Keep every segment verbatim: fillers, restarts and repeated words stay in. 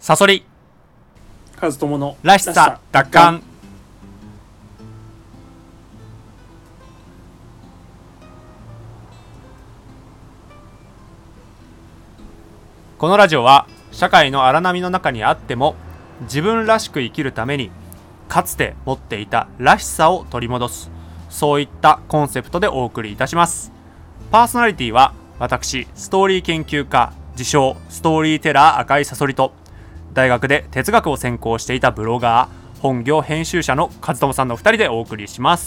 サソリカズトモのらしさ奪還。このラジオは社会の荒波の中にあっても自分らしく生きるためにかつて持っていたらしさを取り戻す、そういったコンセプトでお送りいたします。パーソナリティは私、ストーリー研究家自称ストーリーテラー赤いサソリと、大学で哲学を専攻していたブロガー本業編集者の和友さんのふたりでお送りします。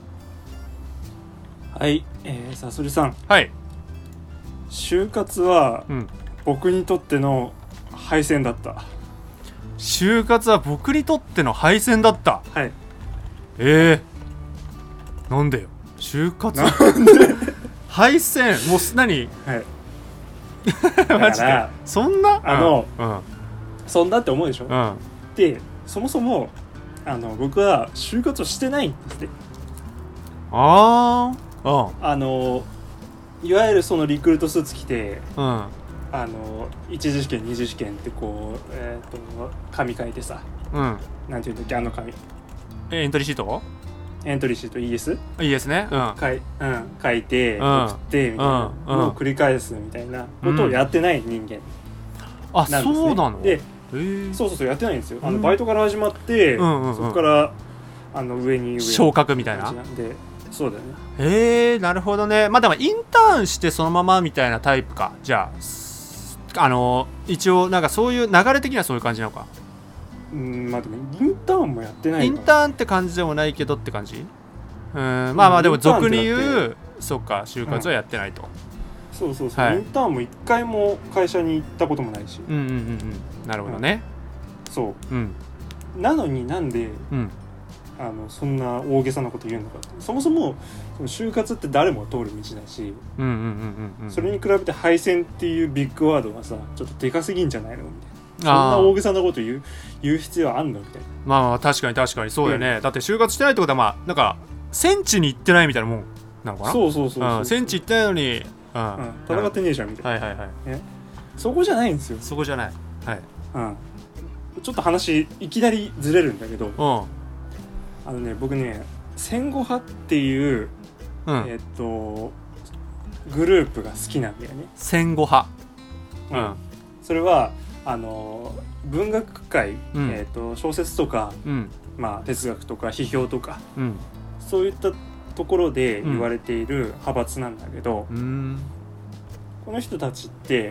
はい、えー、サソリさん、 はい、 就活は、 うん、 僕にとっての敗戦だった。 就活は僕にとっての敗戦だった。 はい。 えー、なんでよ就活なんで敗戦もうす何はいマジでそんなあの、 うんうん、 そんなって思うでしょ、 うん、 でそもそもあの僕は就活をしてないんですね。 あー、うん、 あのいわゆるそのリクルートスーツ着て、 うん、 あの一次試験二次試験ってこう、えー、と紙書いてさ、 うん、 なんていうんだっけ、あの紙エントリーシートエントリーシート イーエスいいですね、うん、 書い、うん、書いて、 うん、 送ってみたいなのを繰り返すみたいなことをやってない人間あ、 なんですね。 そうなの。 で、 えー、 そうそうそう、やってないんですよ。あのうんバイトから始まって、 うんうんうん、 そこからあの上に上に昇格みたいな。 なんで、そうだよね。 えー、なるほどね。まあでもインターンしてそのままみたいなタイプか。じゃああの一応なんかそういう流れ的にはそういう感じなのか。 うん、まあでもインターンもやってないから。 インターンって感じでもないけどって感じ。うん、まあまあでも俗に言う、そっか、就活はやってないと、うん、 そうそうそう、 はい、 インターンも一回も会社に行ったこともないし。 うんうんうんうん、なるほどね、 うん、そう、 うん、 なのになんで、うん、あのそんな大げさなこと言うのかって。そもそもその就活って誰も通る道だし、 うんうんうんうんうん、それに比べて敗戦っていうビッグワードがさ、ちょっとでかすぎんじゃないのみたいな。そんな大げさなこと言う、言う必要あんのみたいな。 まあ確かに確かにそうだよね、うん、だって就活してないってことはまあなんか戦地に行ってないみたいなもんなのかな。 そうそうそうそう、 うん、戦地行ってないのに、うん、 戦ってねえじゃんみたいな、 はいはいはい、 ね、そこじゃないんですよ。 そこじゃない、はい、 うん、ちょっと話いきなりずれるんだけど、うん、あのね、僕ね戦後派っていう、うん、えー、っとグループが好きなんだよね。 戦後派、 うん、それはあの文学界、うん、えー、と小説とか、うん、まあ、哲学とか批評とか、うん、そういったところで言われている派閥なんだけど、うん、この人たちって、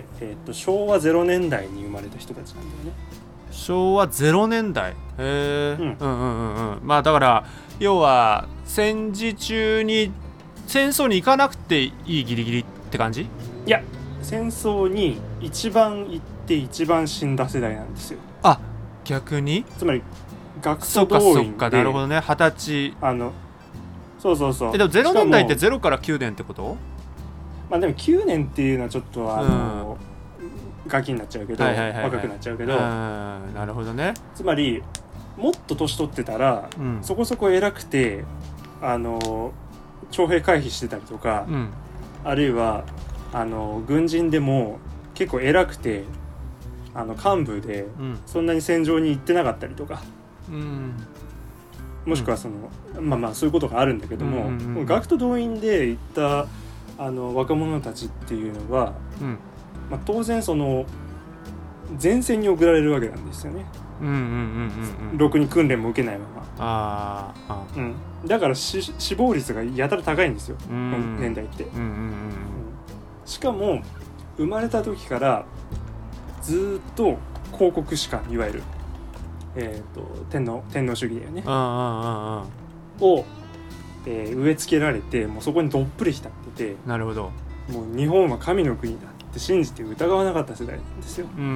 えー、と昭和ゼロねんだいに生まれた人たちなんだよね。 昭和ゼロねんだい、へえ、うん、うんうんうんうん、まあだから要は戦時中に戦争に行かなくていいギリギリって感じ？ いや、戦争に一番行って一番死んだ世代なんですよ。 あ、逆に？ つまり学徒動員で。 そっかそっか、なるほどね、はたち、 あのそうそうそう。 え、でもゼロねんだいってゼロからきゅうねんってこと？ まあでもきゅうねんっていうのはちょっとあの、うん、ガキになっちゃうけど、はいはいはいはい、若くなっちゃうけど、 なるほどね。 つまりもっと年取ってたら、うん、そこそこ偉くてあの徴兵回避してたりとか、うん、あるいはあの軍人でも結構偉くてあの幹部でそんなに戦場に行ってなかったりとか、うん、もしくはその、うん、まあまあそういうことがあるんだけども、うんうんうん、学徒動員で行ったあの若者たちっていうのは、うん、まあ、当然その前線に送られるわけなんですよね。うんうんうんうんうん、ろくに訓練も受けないまま。ああ、うん、だから死亡率がやたら高いんですよ、この年代って、うんうんうんうん、しかも生まれた時からずっと公国士官、いわゆる、えー、と天皇天皇主義だよね、あああを、えー、植え付けられて、もうそこにどっぷり浸ってて、なるほど、もう日本は神の国だって信じて疑わなかった世代なんですよ、うんうんうんうん、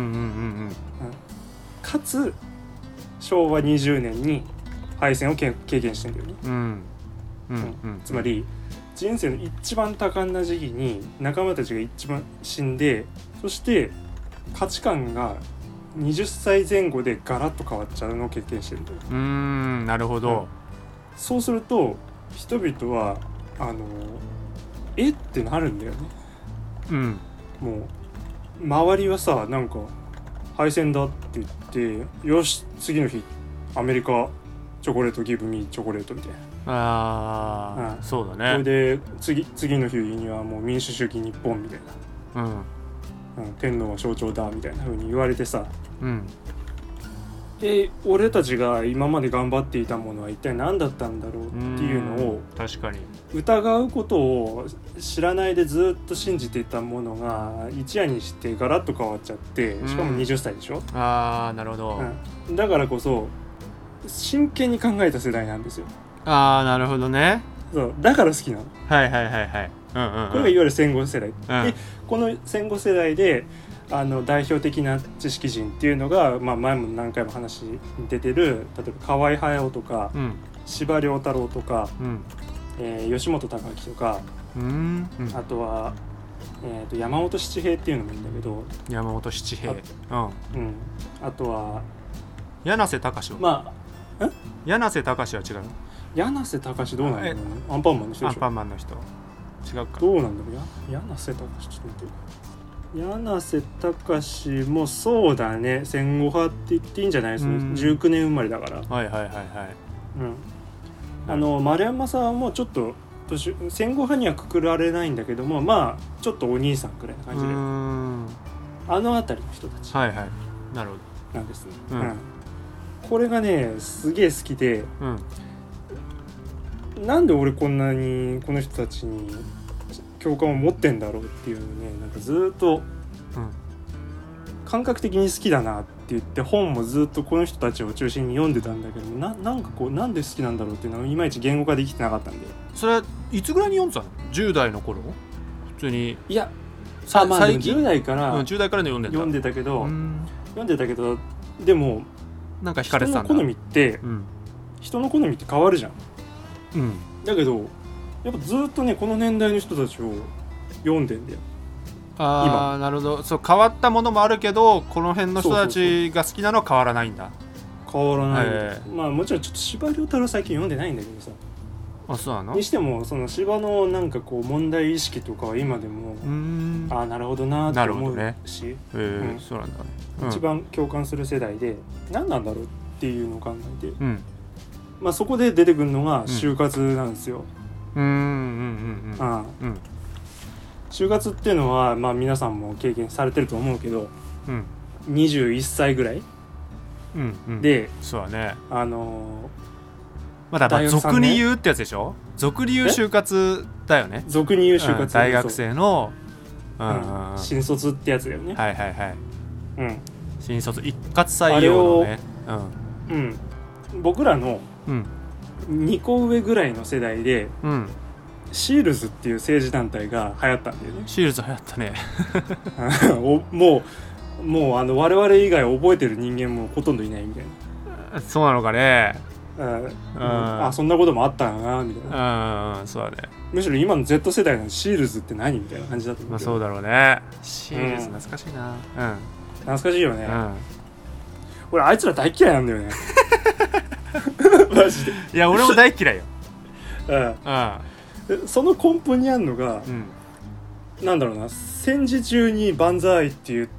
かつしょうわにじゅうねんに敗戦を経験してんだよね、うんうんうん、つまり人生の一番多感な時期に仲間たちが一番死んで、そして価値観がはたちぜん後でガラッと変わっちゃうのを経験してると。うーん、なるほど、うん、そうすると人々はあのえってなるんだよね、うん、もう周りはさ、なんか敗戦だって言ってよし次の日アメリカチョコレートギブミーチョコレートみたいなああ、うん、そうだね。 それで 次, 次の日にはもう民主主義日本みたいな、うんうん、天皇は象徴だみたいな風に言われてさ、うん、で俺たちが今まで頑張っていたものは一体何だったんだろうっていうのを確かに疑うことを知らないでずっと信じていたものが一夜にしてガラッと変わっちゃってしかもはたちでしょ、 うん、ああなるほど、 うん、だからこそ真剣に考えた世代なんですよ。 ああなるほどね。 そうだから好きなの。 はいはいはいはい、うんうんうん、 これがいわゆる戦後世代、うん、でこの戦後世代であの代表的な知識人っていうのが、まあ、前も何回も話に出てる例えば河合隼とか、うん、司馬遼太郎とか、うんえー、吉本隆明とか、うんうん、あとは、えー、と山本七平っていうのもいいんだけど山本七平 あ,、 うんうん、あとは柳瀬隆はまあん柳瀬隆は違うの？ 柳瀬隆どうなんだろうね。アンパンマンの人でしょ。 アンパンマンの人違うか。 どうなんだろう。や柳瀬隆ちょっと待って柳瀬隆もそうだね戦後派って言っていいんじゃないですか。じゅうきゅうねん生まれだから。 はいはいはいはい、 うん、あの丸山さんもちょっと年戦後派にはくくられないんだけどもまあちょっとお兄さんくらいな感じであの辺りの人たちはいはいなるほどなんですね、うんうん、これがねすげえ好きで、うん、なんで俺こんなにこの人たちに共感を持ってんだろうっていうねなんかずっと感覚的に好きだなって言って本もずっとこの人たちを中心に読んでたんだけど な, なんかこうなんで好きなんだろうっていうのはいまいち言語化できてなかったんで。 それはいつぐらいに読んでたの？じゅう代の頃普通に。 いやあ、まあ、最近じゅう代から、 うん、じゅう代からで読んでた読んでたけど読んでたけどでもなんか惹かれてたんだ。 人の好みって、うん、人の好みって変わるじゃん、うん、だけどやっぱずっとねこの年代の人たちを読んでんだよ。 ああなるほど。そう変わったものもあるけどこの辺の人たちが好きなのは変わらないんだ。 変わらない、えー、まあもちろんちょっと司馬遼太郎最近読んでないんだけどさ。 あそうなの？ にしてもその司馬のなんかこう問題意識とかは今でもああなるほどなって思うし、 ねえーうん、そうなんだ、 うん、一番共感する世代で何なんだろうっていうのを考えて、うんまあ、そこで出てくるのが就活なんですよ。うんうんうんうんうんうん就活っていうのは、まあ、皆さんも経験されてると思うけど、うん、にじゅういっさいぐらい、うんうん、でそうだねあのーまだ俗に言うってやつでしょ。俗に言う就活だよね。 俗に言う就活、 うん、大学生の、 うんうん、新卒ってやつだよね。 はいはいはい、うん、新卒一括採用のね、 うんうん、僕らのにこ上ぐらいの世代で、うん、シールズっていう政治団体が流行ったんだよね。 シールズ流行ったねもうもうあの我々以外覚えてる人間もほとんどいないみたいな。そうなのかね。 うん、あそんなこともあったんやなみたいな。 うん、そうだね。 むしろ今の Z 世代のシールズって何みたいな感じだと思うけど。 まあそうだろうね。シールズ懐かしいな。うん。 懐かしいよね。うん、俺あいつら大嫌いなんだよね。マジで。 いや俺も大嫌いよ。 うん。うん。その根本にあるのが、うん、なんだろうな戦時中に万歳って言って、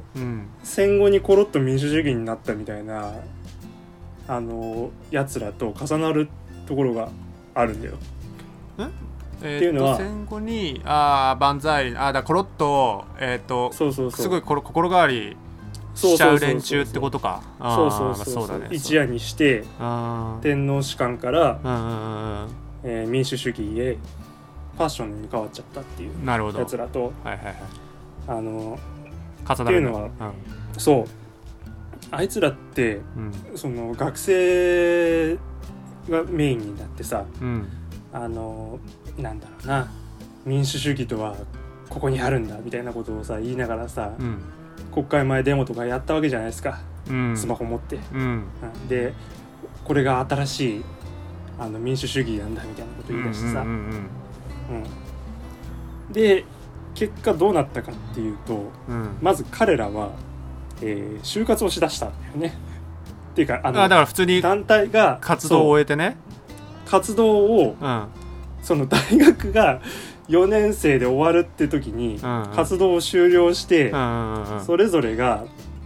うん、戦後にコロッと民主主義になったみたいな。あのやつらと重なるところがあるんだよ。 ええー、っていうのは戦後にあ万歳あだコロッとえっ、ー、とそうそうそうすごい心変わりしちゃう連中ってことか。 そうそうそうそうそうだね。一夜にして天皇士官から、えー、民主主義へファッションに変わっちゃったっていうやつらと、はいはいはい、あの重なるっていうのは、うん、そうあいつらって、うん、その学生がメインになってさ、うん、あのなんだろうな民主主義とはここにあるんだみたいなことをさ言いながらさ、うん、国会前デモとかやったわけじゃないですか、うん、スマホ持って、うん、でこれが新しいあの民主主義なんだみたいなこと言い出してさ、うんうんうんうん、で結果どうなったかっていうと、うん、まず彼らはえー、就活をしだしたんだよね。っていうかあのあだから普通に団体が活動を終えてね活動を、うん、その大学がよねん生で終わるって時に、うんうん、活動を終了して、うんうんうん、それぞれが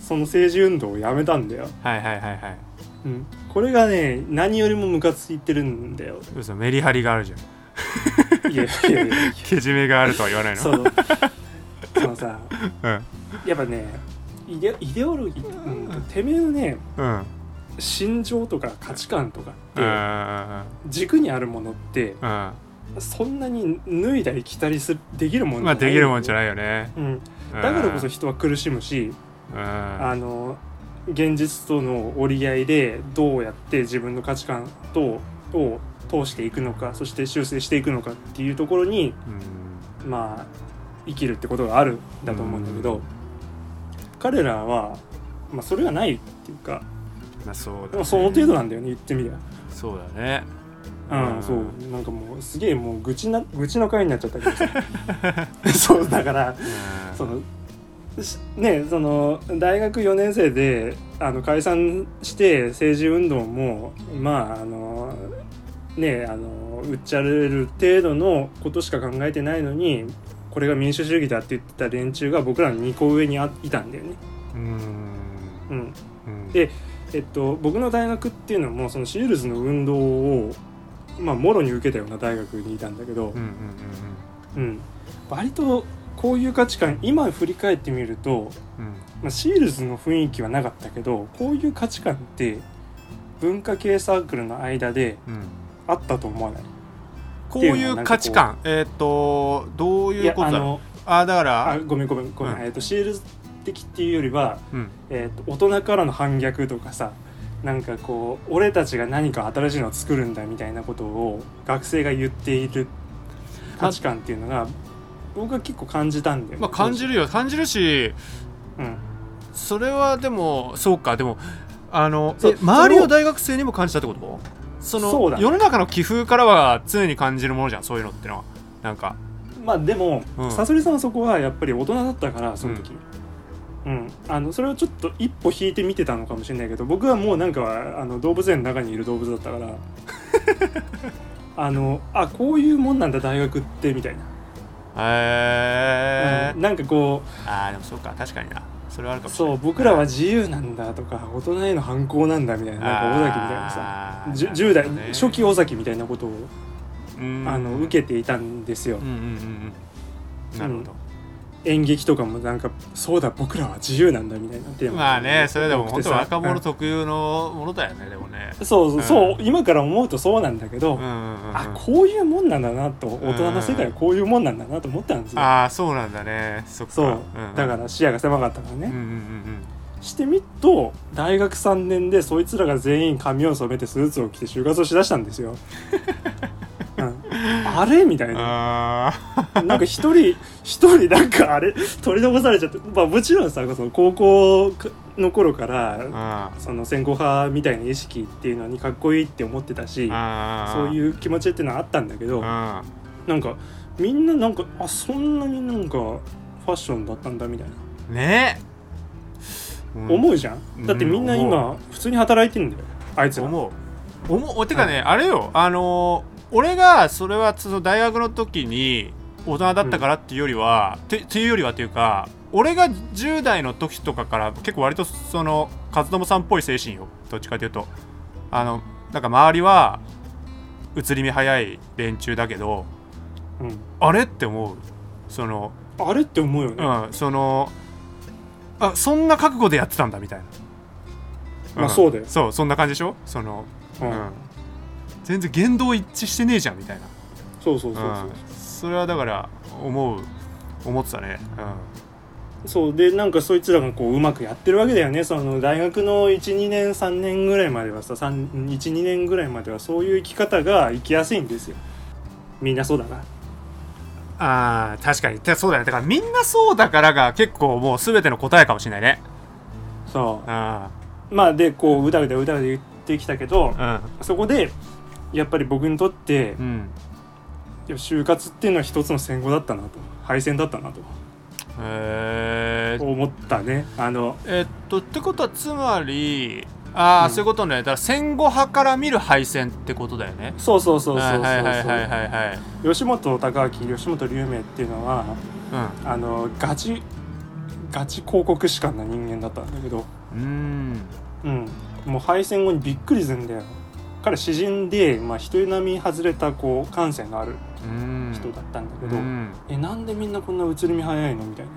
その政治運動をやめたんだよ。 はいはいはいはい、 うん、これがね何よりもムカついてるんだよ。 嘘、メリハリがあるじゃん。いやいやいやいやけじめがあるとは言わないの。 そうそのさ、うん、やっぱねイデ、イデオロギー、うん、てめえのね、うん、心情とか価値観とかって軸にあるものって、うん、そんなに脱いだり着たりするできるもんじゃない、まあ、 できるもんじゃないよね、 うん、だからこそ人は苦しむし、うん、あの現実との折り合いでどうやって自分の価値観とを通していくのか、そして修正していくのかっていうところに、うん、まあ生きるってことがあるんだと思うんだけど、うん、彼らは、まあ、それがないっていうか、 まあそうだね、 でもその程度なんだよね、言ってみりゃ。 そうだね、 うん、うん、そうなんかもうすげえもう愚痴な愚痴の回になっちゃったけどさそうだから、うん、そのねその大学よねん生であの解散して政治運動もまああのねあのうっちゃれる程度のことしか考えてないのに、これが民主主義だって言ってた連中が僕らのにこ上にいたんだよね。うーん、うんうん、でえっと、僕の大学っていうのもそのシールズの運動を、まあ、もろに受けたような大学にいたんだけど、うんうんうんうん、割とこういう価値観今振り返ってみると、うんまあ、シールズの雰囲気はなかったけど、こういう価値観って文化系サークルの間であったと思わない、うん、 こういう価値観えっ、ー、とどういうことだろう。あだからあごめんごめんごめん、うん、えーとシールズ的っていうよりは、うんえー、と大人からの反逆とかさ、なんかこう俺たちが何か新しいのを作るんだみたいなことを学生が言っている価値観っていうのが僕は結構感じたんだよね。 まあ、感じるよ感じるし、うん、それはでもそうか、でもあのえ周りの大学生にも感じたってこと？そのそうだ、ね、世の中の気風からは常に感じるものじゃん、そういうのってのは。なんかまあでも、うん、さそりさんはそこはやっぱり大人だったからその時、うんうん、あのそれをちょっと一歩引いて見てたのかもしれないけど、僕はもうなんかあの動物園の中にいる動物だったからあのあこういうもんなんだ大学ってみたいな。へえ、うん、なんかこうあでもそうか、確かにな、それはあるかもしれない。そう僕らは自由なんだとか大人への反抗なんだみたいな、なんか尾崎みたいなさ、じゅう代、ね、初期尾崎みたいなことをあの受けていたんですよ。うんうんうんうん、なるほど、うん演劇とかもなんかそうだ僕らは自由なんだみたいなテーマ、 まあね、それでも本当若者特有のものだよね、うん、でもねそうそう、うん、そう今から思うとそうなんだけど、うんうんうん、あこういうもんなんだなと、大人の世界はこういうもんなんだなと思ったんですよ、 うん、ああそうなんだね。そっか、 そう、うんうん、だから視野が狭かったからね、うんうんうんうん、してみっと大学さんねんでそいつらが全員髪を染めてスーツを着て就活をしだしたんですようん、あれみたいな、なんか一人一人なんかあれ取り残されちゃって、まあ、もちろんさその高校の頃からその先行派みたいな意識っていうのにかっこいいって思ってたし、そういう気持ちっていうのはあったんだけど、なんかみんななんかあそんなになんかファッションだったんだみたいなね、 うん、思うじゃん。だってみんな今普通に働いてんだよ、あいつら。 思う思うてかね、あれよ、あのー俺がそれはその大学の時に大人だったからっていうよりは、うん、て, っていうよりはというか、俺がじゅう代の時とかから結構割とその勝友さんっぽい精神よ、どっちかというと。あのなんか周りは移り身早い連中だけど、うん、あれって思う。そのあれって思うよね、 うん、そのあそんな覚悟でやってたんだみたいな、 まあ、うん、そうだよ。 そうそんな感じでしょ。その、うんうん全然言動一致してねえじゃんみたいな。 そうそうそうそう、うん、 それはだから思う思ってたね、 うん、そうでなんかそいつらがこううまくやってるわけだよね。その大学の いちにねんさんねんぐらいまではさ いちにねんぐらいまではそういう生き方が生きやすいんですよ。みんなそうだな。 あー確かにそうだね。だからみんなそうだからが結構もう全ての答えかもしれないね。 そうあまあでこううだうだうだうだ言ってきたけど、うん、そこでやっぱり僕にとって、うん、就活っていうのは一つの戦後だったなと、敗戦だったなと、へー思ったね。あのえっとってことはつまりああ、うん、そういうことね。だから戦後派から見る敗戦ってことだよね。 そうそうそうそうそうそう。 はいはいはいはいはい。 吉本隆明、吉本龍明っていうのは、うん、あのガチガチ広告士官な人間だったんだけど、 うーん、 うん、もう敗戦後にびっくりするんだよ。彼詩人で、まあ、人並み外れたこう感性のある人だったんだけど、えなんでみんなこんな移り身早いのみたいな。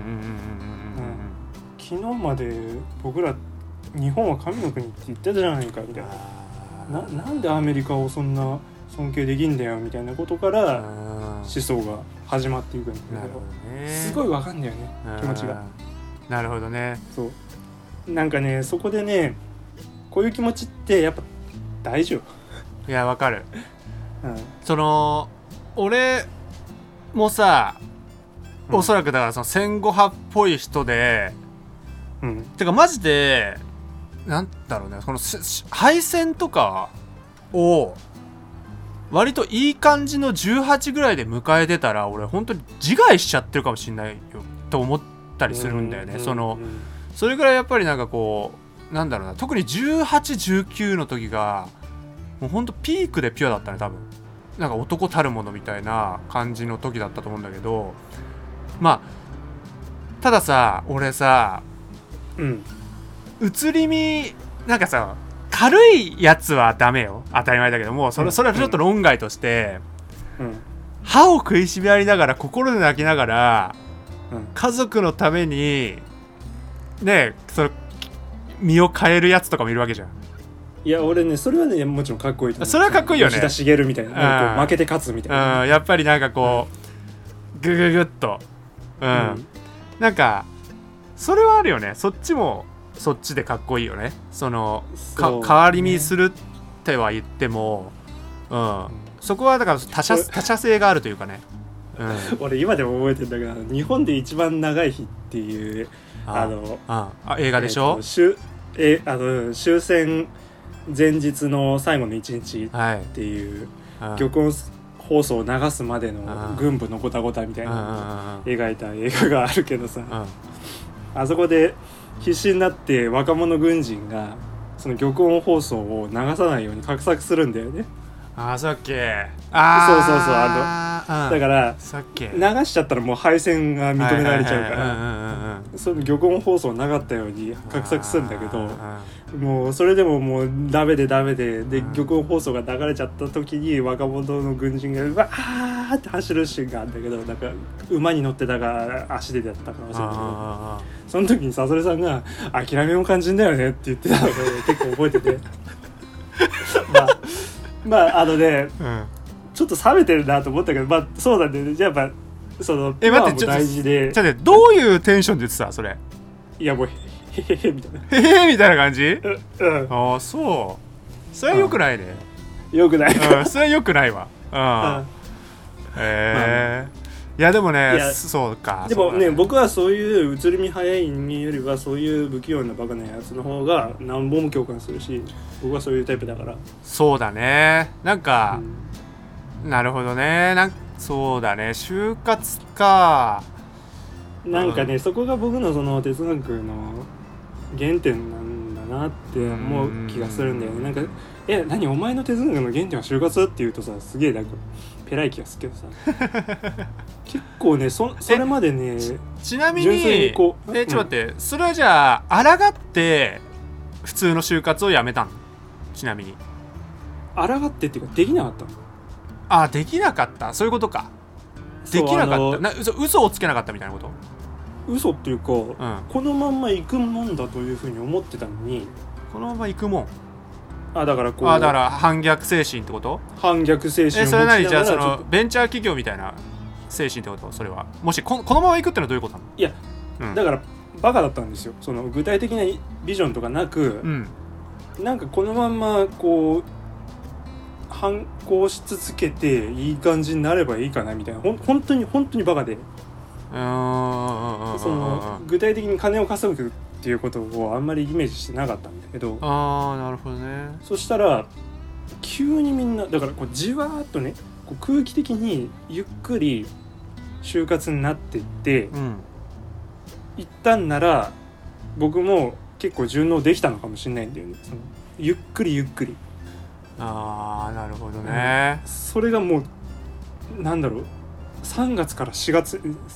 昨日まで僕ら日本は神の国って言ってたじゃないかみたいな、な, なんでアメリカをそんな尊敬できんだよみたいなことから思想が始まっていくんだけ ど, ど、ね、すごいわかんだよね気持ちが。 なるほどね。 そうなんかねそこでねこういう気持ちってやっぱ大丈夫。 いやわかる、 うん、 その俺もさ、うん、おそらくだからその戦後派っぽい人で、うん、てかマジでなんだろうね、この敗戦とかを割といい感じのじゅうはちぐらいで迎えてたら俺本当に自害しちゃってるかもしれないよと思ったりするんだよね、うん、その、うん、それぐらいやっぱりなんかこうなんだろうな、特にじゅうはち、じゅうきゅうの時がもうほんとピークでピュアだったね多分。なんか男たるものみたいな感じの時だったと思うんだけど、まあたださ俺さ、 うん、 移り身なんかさ軽いやつはダメよ当たり前だけども、それそれはちょっと論外として、 うん、 歯を食いしめ合いながら心で泣きながら、 うん、 家族のためにねその身を変えるやつとかもいるわけじゃん。 いや俺ねそれはねもちろんかっこいいと思う。 それはかっこいいよね。 吉田茂みたいな、うん、負けて勝つみたいな、 うん、やっぱりなんかこう、うん、グググッと、うん、うん、なんかそれはあるよね。そっちもそっちでかっこいいよね。そのか変わり身するっては言っても、うん、うん、そこはだから他者他者性があるというかね、うん、 俺今でも覚えてるんだけど日本で一番長い日っていうあのああ映画でしょ、 えー、えあの終戦前日の最後の一日っていう、はい、玉音放送を流すまでの軍部のごたごたみたいなのを描いた映画があるけどさ、あそこで必死になって若者軍人がその玉音放送を流さないように画策するんだよね。 あーさっきあそうそうそうあの、うん、だからさっき流しちゃったらもう敗戦が認められちゃうからその玉音放送なかったように画策するんだけど、もうそれでももうダメでダメでで玉音放送が流れちゃった時に若者の軍人がうわーって走るシーンがあるんだけど、なんか馬に乗ってたか足でやったか忘れたけど、その時にサソリさんが諦めも肝心だよねって言ってたので結構覚えててまあまああのね、うん、ちょっと冷めてるなと思ったけど、まあそうなんだよね。じゃあやっぱそのえ待っても大事で、 ちょっとどういうテンションで言ってたそれ。 いやもうへへへみたいなへへみたいな感じ、うん、 ああそうそれは良くないね、 うん、良くない、 うん、それは良くないわ、うん、へえ、まあいやでもねそうか。 でも ね, ね僕はそういう移り身早い人間よりはそういう不器用なバカなやつの方が何本も共感するし、僕はそういうタイプだから。 そうだねなんか、うん、なるほどねなんそうだね就活かなんかね、うん、そこが僕のその哲学の原点なんだなって思う気がするんだよね。なんかえ何お前の哲学の原点は就活って言うとさすげえなんかペライ気がするけどさ結構ね そ, それまでねち, ちなみにえちょっと待って、うん、それはじゃあ抗って普通の就活をやめたの？ちなみに抗ってっていうかできなかったの。 あできなかったそういうことか。できなかったな 嘘, 嘘をつけなかったみたいなこと。 嘘っていうか、うん、このまんま行くもんだというふうに思ってたのに。 このまま行くもんあだからこうあだから反逆精神ってこと？ 反逆精神を持ちながらえそれ何じゃあそのベンチャー企業みたいな精神ってこと？それはもし こ, このまま行くってのはどういうことなの？ いや、うん、だからバカだったんですよ。その具体的なビジョンとかなく、うん、なんかこのまんまこう反抗し続けていい感じになればいいかなみたいな。ほん本当に本当にバカで、 うーんその具体的に金を稼ぐっていうことをあんまりイメージしてなかったんだけど、 ああなるほどね。 そしたら急にみんなだからこうじわーっとねこう空気的にゆっくり就活になっていって、うん、一旦なら僕も結構順応できたのかもしれないんだよね。そのゆっくりゆっくり。 ああなるほどね、 うん、それがもうなんだろうさんがつからしがつ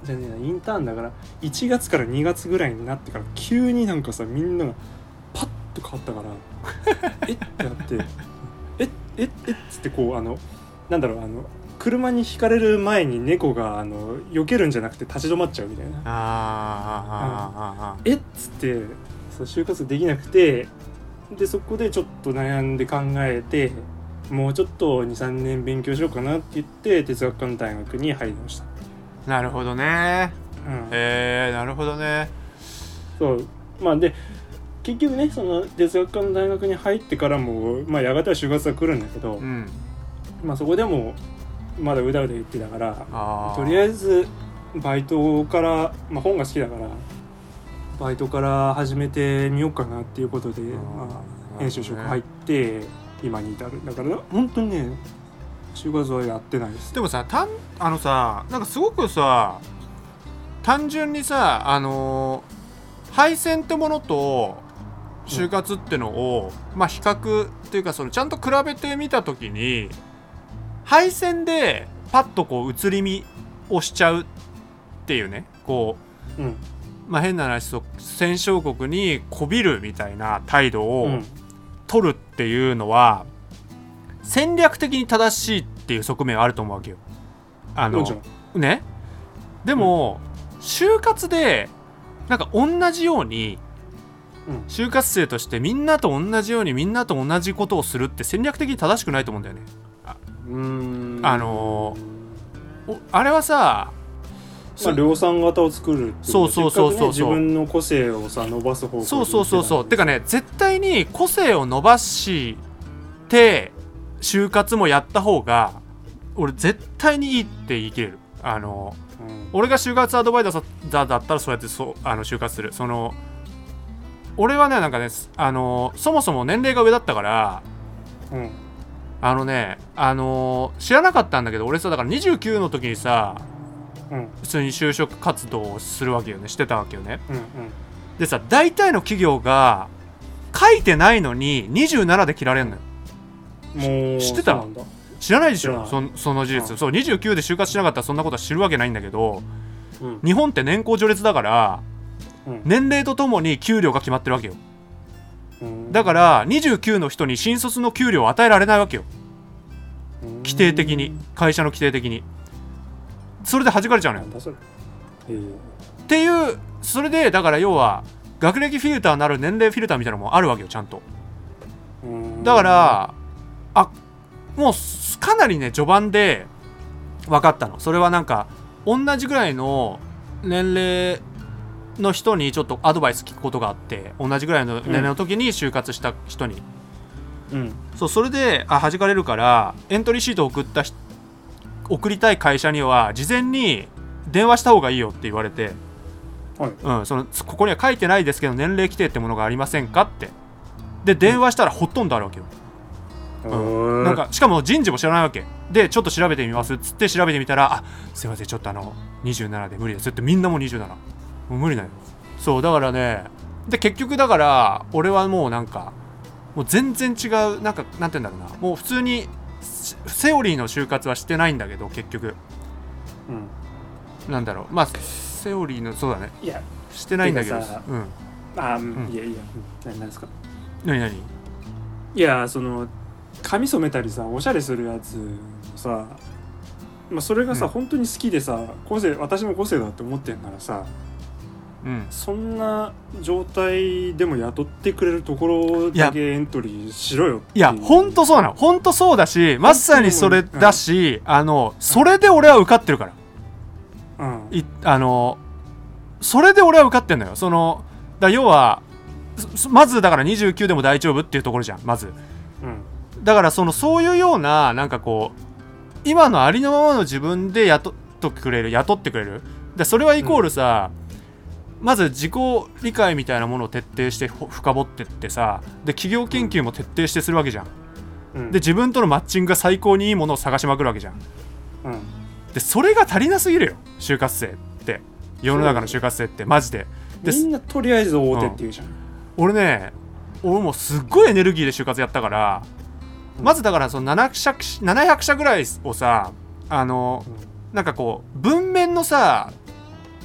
じゃねえなインターンだからいちがつからにがつぐらいになってから急になんかさみんながパッと変わったからえってなってえええっつってこうあのなんだろうあの車にひかれる前に猫があの避けるんじゃなくて立ち止まっちゃうみたいなあえっつってそう就活できなくてでそこでちょっと悩んで考えてもうちょっと にさんねん勉強しようかなって言って哲学科の大学に入りました。 なるほどね、うん、へえなるほどね。 そうまあで結局ねその哲学科の大学に入ってからもまあやがては就活が来るんだけど、うん、まあそこでもまだうだうだ言ってたからとりあえずバイトから、まあ、本が好きだからバイトから始めてみようかなっていうことで、まあ、編集職入って今に至る。だから本当にね就活はやってないです。 でもさたんあのさなんかすごくさ単純にさあの配線ってものと就活ってのを、うん、まあ比較っていうかそのちゃんと比べてみたときに配線でパッとこう移り身をしちゃうっていうねこう、うんまあ、変な話戦勝国にこびるみたいな態度を取るっていうのは、うん、戦略的に正しいっていう側面はあると思うわけよ。あのねでも、うん、就活でなんか同じように、うん、就活生としてみんなと同じようにみんなと同じことをするって戦略的に正しくないと思うんだよね。うーんあのー、あれはさ、 まあ、量産型を作るってそうそうそうそう、ね、 自分の個性をさ伸ばす方向そうそうそうそうてかね絶対に個性を伸ばして就活もやった方が俺絶対にいいって言い切れる。あの、うん、俺が就活アドバイザーだったらそうやってそうあの就活する。その俺はねなんかねあのそもそも年齢が上だったから、うんあのね、あのー、知らなかったんだけど俺さだからにじゅうきゅうの時にさ、うん、普通に就職活動をするわけよねしてたわけよね、うんうん、でさ大体の企業が書いてないのににじゅうななで切られるのよ。もう知ってた？知らないでしょ そ, その事実、うん、そうにじゅうきゅうで就活しなかったらそんなことは知るわけないんだけど、うん、日本って年功序列だから、うん、年齢とともに給料が決まってるわけよ。だからにじゅうきゅうの人に新卒の給料を与えられないわけよ。規定的に会社の規定的にそれで弾かれちゃうのよ。っていうそれでだから要は学歴フィルターなる年齢フィルターみたいなのもあるわけよちゃんと。だからあもうかなりね序盤で分かったの。それはなんか同じぐらいの年齢の人にちょっとアドバイス聞くことがあって同じぐらいの年齢の時に就活した人に、うん、そうそれであ弾かれるからエントリーシートを送った送りたい会社には事前に電話した方がいいよって言われて、はいうん、そのここには書いてないですけど年齢規定ってものがありませんかってで電話したらほとんどあるわけよ、うん、なんかしかも人事も知らないわけでちょっと調べてみますっつって調べてみたらあすいませんちょっとあのにじゅうななで無理ですってみんなもうにじゅうななもう無理だよ。そうだからねで結局だから俺はもうなんかもう全然違うなんかなんて言うんだろうなもう普通にセオリーの就活はしてないんだけど結局、うん、なんだろうまあセオリーのそうだねいやしてないんだけどうんあ、うん、いやいや何ですか何何いやその髪染めたりさおしゃれするやつさまあそれがさ、うん、本当に好きでさ個性私の個性だって思ってんならさうん、そんな状態でも雇ってくれるところだけエントリーしろよっていやほんとそうなのほんとそうだしまさにそれだし、うん、あのそれで俺は受かってるから、うん、いあのそれで俺は受かってんのよ。そのだ要はまずだからにじゅうきゅうでも大丈夫っていうところじゃんまず、うん、だからそのそういうようななんかこう今のありのままの自分で雇ってくれる雇ってくれるでそれはイコールさ、うんまず自己理解みたいなものを徹底して深掘ってってさで企業研究も徹底してするわけじゃん、うん、で自分とのマッチングが最高にいいものを探しまくるわけじゃん、うん、でそれが足りなすぎるよ就活生って世の中の就活生ってマジででみんなとりあえず大手って言うじゃん、うん、 俺ね俺もすっごいエネルギーで就活やったから、うん、まずだからそのななひゃく社ぐらいをさあの、うん、なんかこう文面のさ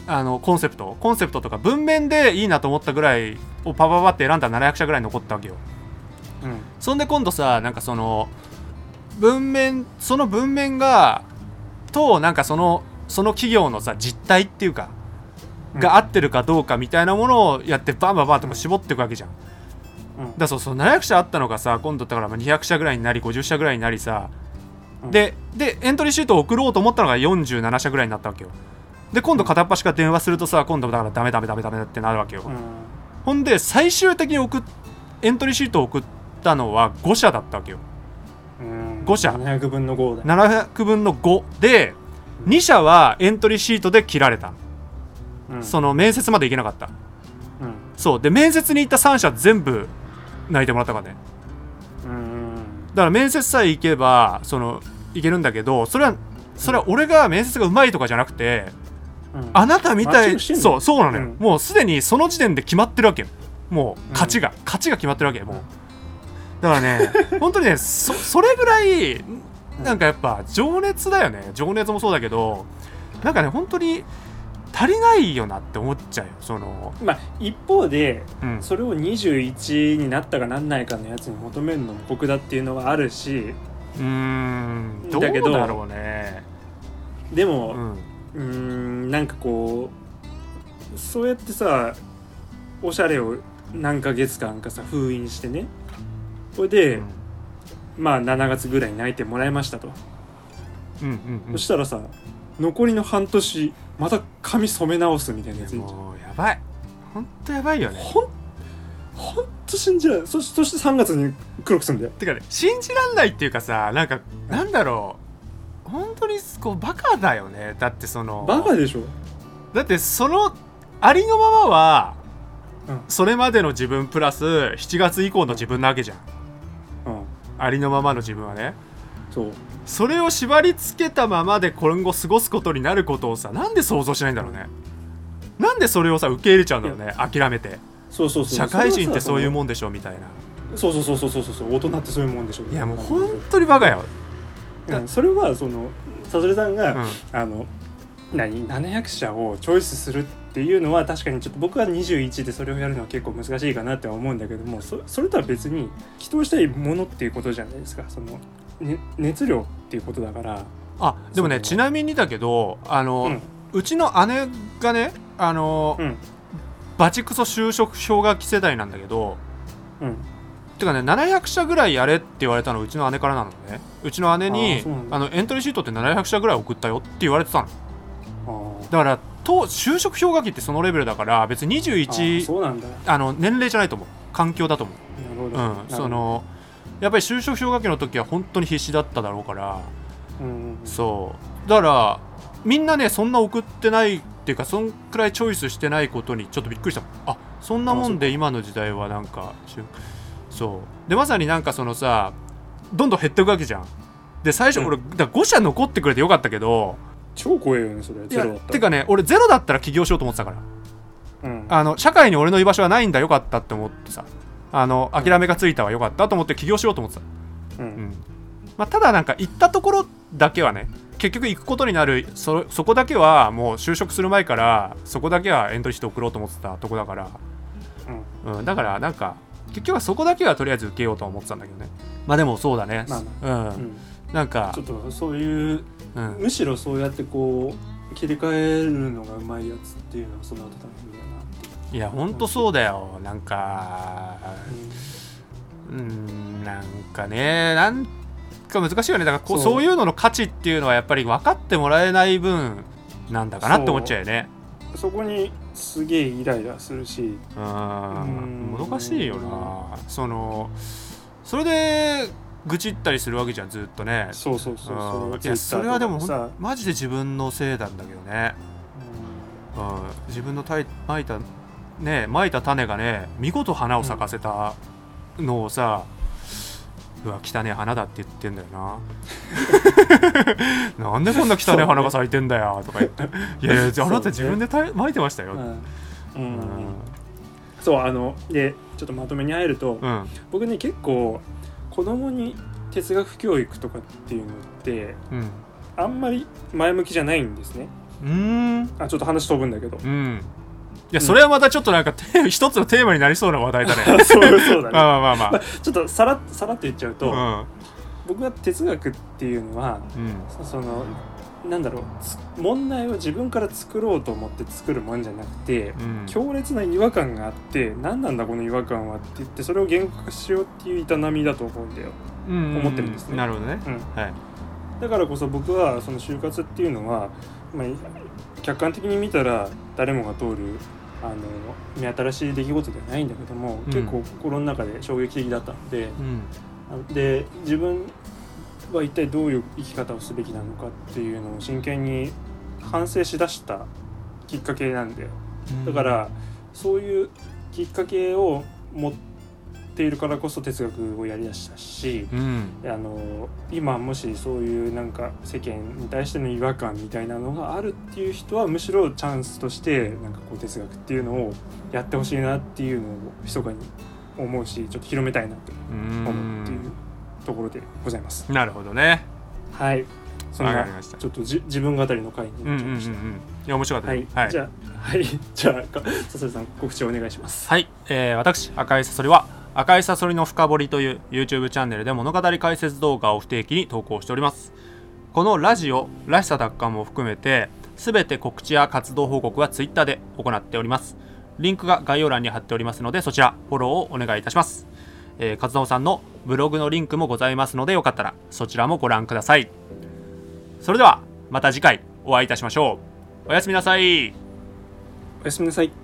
あのコンセプトコンセプトとか文面でいいなと思ったぐらいをパパパって選んだらななひゃく社ぐらい残ったわけよ、うん、そんで今度さなんかその文面その文面がとなんかそのその企業のさ実態っていうかが合ってるかどうかみたいなものをやってバンバンバンとか絞っていくわけじゃん、うん、だからそうそうななひゃく社あったのがさ今度だからにひゃく社ぐらいになりごじゅっ社ぐらいになりさ、うん、で, でエントリーシートを送ろうと思ったのがよんじゅうなな社ぐらいになったわけよ。で今度片っ端から電話するとさ今度だからダメダメダメダメってなるわけよ、うん、ほんで最終的に送っエントリーシートを送ったのはご社だったわけよ、うん、ご社ななひゃくぶんのごだななひゃくぶんのごでに社はエントリーシートで切られた、うん、その面接まで行けなかった、うん、そうで面接に行ったさん社全部泣いてもらったからね、うん、だから面接さえ行けばその行けるんだけどそれはそれは俺が面接がうまいとかじゃなくて、うん、あなたみたいそうそうなのよ、うん、もうすでにその時点で決まってるわけよもう勝ちが、うん、勝ちが決まってるわけよもうだからね本当にね そ, それぐらいなんかやっぱ情熱だよね情熱もそうだけどなんかね本当に足りないよなって思っちゃうよそのまあ一方で、うん、それをにじゅういちになったかなんないかのやつに求めるのも僕だっていうのはあるしうーんどうだろうねでも、うん、うーんなんかこうそうやってさおしゃれを何ヶ月間かさ封印してねこれで、うん、まあしちがつぐらいに泣いてもらいましたと、うんうんうん、そしたらさ残りの半年また髪染め直すみたいなやつもうやばいほんとやばいよねほんほんと信じられない そ, そしてさんがつに黒くすんだよてかね信じらんないっていうかさなんかなんだろう本当にこうバカだよねだってそのバカでしょだってそのありのままは、うん、それまでの自分プラスしちがつ以降の自分なわけじゃん、うん、ありのままの自分はねそうそれを縛り付けたままで今後過ごすことになることをさなんで想像しないんだろうねなんでそれをさ受け入れちゃうんだろうね諦めてそうそうそう社会人ってそういうもんでしょみたいなそうそうそうそうそうそう大人ってそういうもんでしょいやもう本当にバカよ、 うん、それはそのさそりさんが、うん、あの何ななひゃく社をチョイスするっていうのは確かにちょっと僕はにじゅういちでそれをやるのは結構難しいかなって思うんだけども そ, それとは別に祈祷したいものっていうことじゃないですかその、ね、熱量っていうことだからあでもねちなみにだけどあの、うん、うちの姉がねあの、うん、バチクソ就職氷河期世代なんだけど、うん、てかねななひゃく社ぐらいやれって言われたのうちの姉からなのねうちの姉に あ, あのエントリーシートってななひゃく社ぐらい送ったよって言われてたのだからと就職氷河期ってそのレベルだから別ににじゅういち あ, そうなんだあの年齢じゃないと思う環境だと思うなるほど、うん、そのやっぱり就職氷河期の時は本当に必死だっただろうから、うん、そうだからみんなねそんな送ってないっていうかそんくらいチョイスしてないことにちょっとびっくりしたあそんなもんで今の時代はなんかそうでまさになんかそのさどんどん減っていくわけじゃんで最初俺、うん、だご社残ってくれてよかったけど超怖いよねそれゼロだったらてかね俺ゼロだったら起業しようと思ってたから、うん、あの社会に俺の居場所はないんだよかったって思ってさあの諦めがついたはよかったと思って起業しようと思ってた、うんうんまあ、ただなんか行ったところだけはね結局行くことになる そ, そこだけはもう就職する前からそこだけはエントリーシート送ろうと思ってたとこだから、うんうん、だからなんか結局はそこだけはとりあえず受けようとは思ってたんだけどねまあでもそうだね、まあまあうんうん、なんかちょっとそういう、うん、むしろそうやってこう切り替えるのがうまいやつっていうのはその後大変だなっていやほんとそうだよなんかうん、うん、なんかねなんか難しいよねだからこう そ, そういうのの価値っていうのはやっぱり分かってもらえない分なんだかなって思っちゃうよねそ, そこにすげえイライラするしうんもどかしいよなそのそれで愚痴ったりするわけじゃんずっとねそうそうそうそういやそれはでもマジで自分のせいなんだけどねうん、うん、自分のたいまいたねまいた種がね見事花を咲かせたのをさ、うん、うわ汚ねえ花だって言ってんだよななんでこんな汚ねえ花が咲いてんだよとか言っていやいやあなた自分でたまいてましたよ、うんうんうん、 そうあのでちょっとまとめに入ると、うん、僕ね結構子供に哲学教育とかっていうのって、うん、あんまり前向きじゃないんですねうーんあちょっと話飛ぶんだけど、 うんいやそれはまたちょっとなんか、うん、一つのテーマになりそうな話題だねそうそうだねまあまあまあ、まあ、 ちょっとさらさらっと言っちゃうと、 うん、 僕は哲学っていうのは、うん、そのなんだろう問題を自分から作ろうと思って作るもんじゃなくて、うん、強烈な違和感があって何なんだこの違和感はって言ってそれを言語化しようっていう営みだと思うんだよ、うんうんうん、思ってるんですね。 なるほどね、うんはい、 だからこそ僕はその就活っていうのは、まあ、客観的に見たら誰もが通るあの目新しい出来事ではないんだけども、うん、結構心の中で衝撃的だったので、うん、で自分は一体どういう生き方をすべきなのかっていうのを真剣に反省しだしたきっかけなんだよ、うん、だからそういうきっかけを持っているからこそ哲学をやりだしたし、うん、あの今もしそういうなんか世間に対しての違和感みたいなのがあるっていう人はむしろチャンスとしてなんかこう哲学っていうのをやってほしいなっていうのを密かに思うしちょっと広めたいなと思うっていうところでございます。 なるほどね。 はい。そんなちょっとじ自分語りの回になっちゃいました。うんうんうんうん、いや面白かったです。 はい。はい、じゃあはいじゃあさそりさん告知をお願いします。 はい。えー、私赤いさそりは赤いさそりの深掘りという YouTube チャンネルで物語解説動画を不定期に投稿しております。このラジオらしさ奪還も含めてすべて告知や活動報告は Twitter で行っております。リンクが概要欄に貼っておりますのでそちらフォローをお願いいたします。えー、勝野さんのブログのリンクもございますのでよかったらそちらもご覧ください。それではまた次回お会いいたしましょう。おやすみなさい。 おやすみなさい。